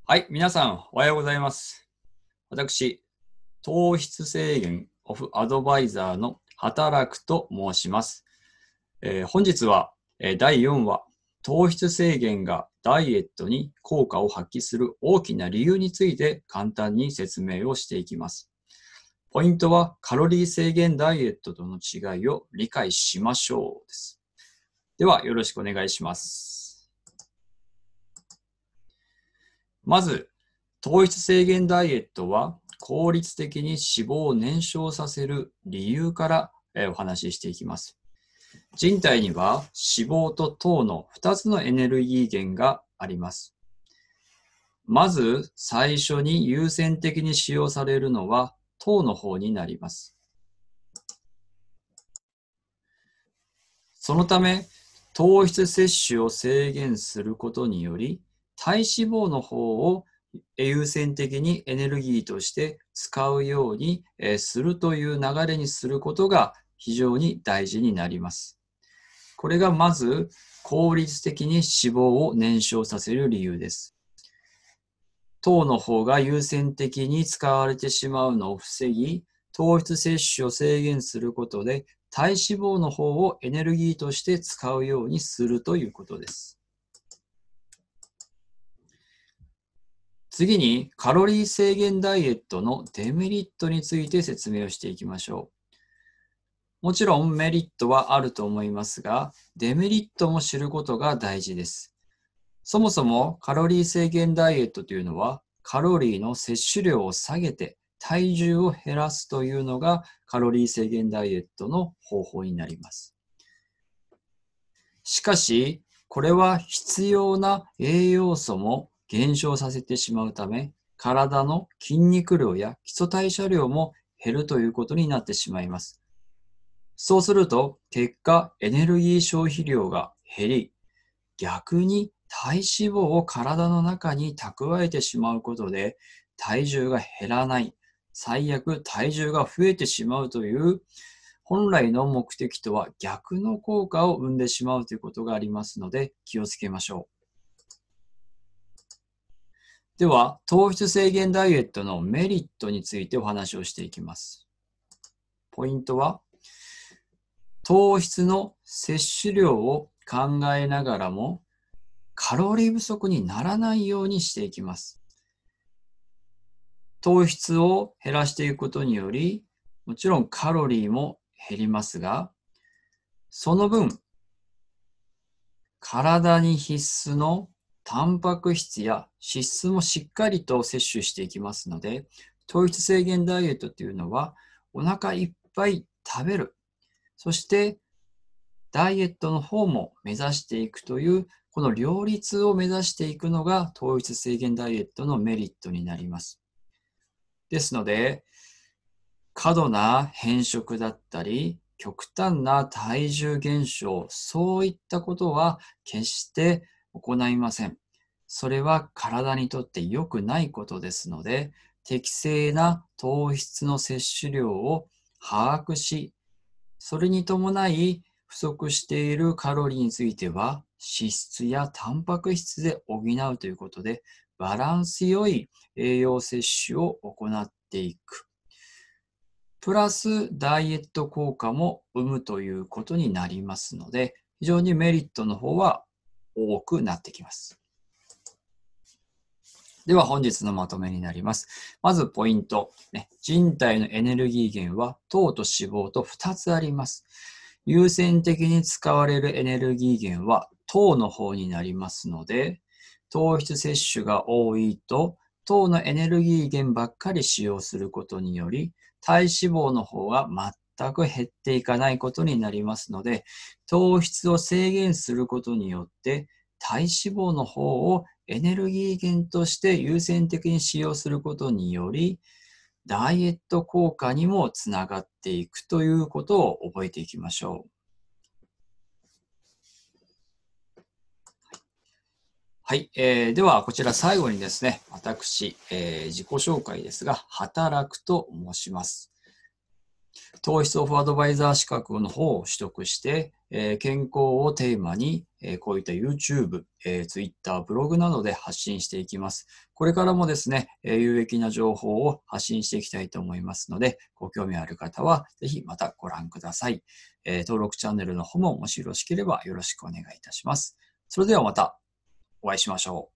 はい、皆さん、おはようございます。私、糖質制限オフアドバイザーの働くと申します。本日は、第4話、糖質制限がダイエットに効果を発揮する大きな理由について簡単に説明をしていきます。ポイントは、カロリー制限ダイエットとの違いを理解しましょうです。では、よろしくお願いします。まず、糖質制限ダイエットは効率的に脂肪を燃焼させる理由からお話ししていきます。人体には脂肪と糖の2つのエネルギー源があります。まず最初に優先的に使用されるのは糖の方になります。そのため糖質摂取を制限することにより体脂肪の方を優先的にエネルギーとして使うようにするという流れにすることが非常に大事になります。これがまず効率的に脂肪を燃焼させる理由です。糖の方が優先的に使われてしまうのを防ぎ、糖質摂取を制限することで体脂肪の方をエネルギーとして使うようにするということです。次にカロリー制限ダイエットのデメリットについて説明をしていきましょう。もちろんメリットはあると思いますが、デメリットも知ることが大事です。そもそもカロリー制限ダイエットというのは、カロリーの摂取量を下げて体重を減らすというのがカロリー制限ダイエットの方法になります。しかし、これは必要な栄養素も減少させてしまうため、体の筋肉量や基礎代謝量も減るということになってしまいます。そうすると、結果、エネルギー消費量が減り、逆に体脂肪を体の中に蓄えてしまうことで、体重が減らない、最悪体重が増えてしまうという、本来の目的とは逆の効果を生んでしまうということがありますので、気をつけましょう。では、糖質制限ダイエットのメリットについてお話をしていきます。ポイントは、糖質の摂取量を考えながらも、カロリー不足にならないようにしていきます。糖質を減らしていくことにより、もちろんカロリーも減りますが、その分、体に必須のタンパク質や脂質もしっかりと摂取していきますので、糖質制限ダイエットというのは、お腹いっぱい食べる。そして、ダイエットの方も目指していくという、この両立を目指していくのが糖質制限ダイエットのメリットになります。ですので、過度な偏食だったり、極端な体重減少、そういったことは決して行いません。それは体にとって良くないことですので、適正な糖質の摂取量を把握し、それに伴い不足しているカロリーについては脂質やタンパク質で補うということで、バランス良い栄養摂取を行っていく。プラスダイエット効果も生むということになりますので、非常にメリットの方は多くなってきます。では本日のまとめになります。まずポイント。人体のエネルギー源は糖と脂肪と2つあります。優先的に使われるエネルギー源は糖の方になりますので、糖質摂取が多いと糖のエネルギー源ばっかり使用することにより、体脂肪の方が全く減っていかないことになりますので、糖質を制限することによって体脂肪の方をエネルギー源として優先的に使用することにより、ダイエット効果にもつながっていくということを覚えていきましょう。はい、ではこちら最後にですね、私、自己紹介ですが、働くと申します。 糖質オフアドバイザー資格の方を取得して、健康をテーマに、こういった YouTube、Twitter、ブログなどで発信していきます。これからもですね、有益な情報を発信していきたいと思いますので、ご興味ある方はぜひまたご覧ください。登録チャンネルの方ももしよろしければよろしくお願いいたします。それではまたお会いしましょう。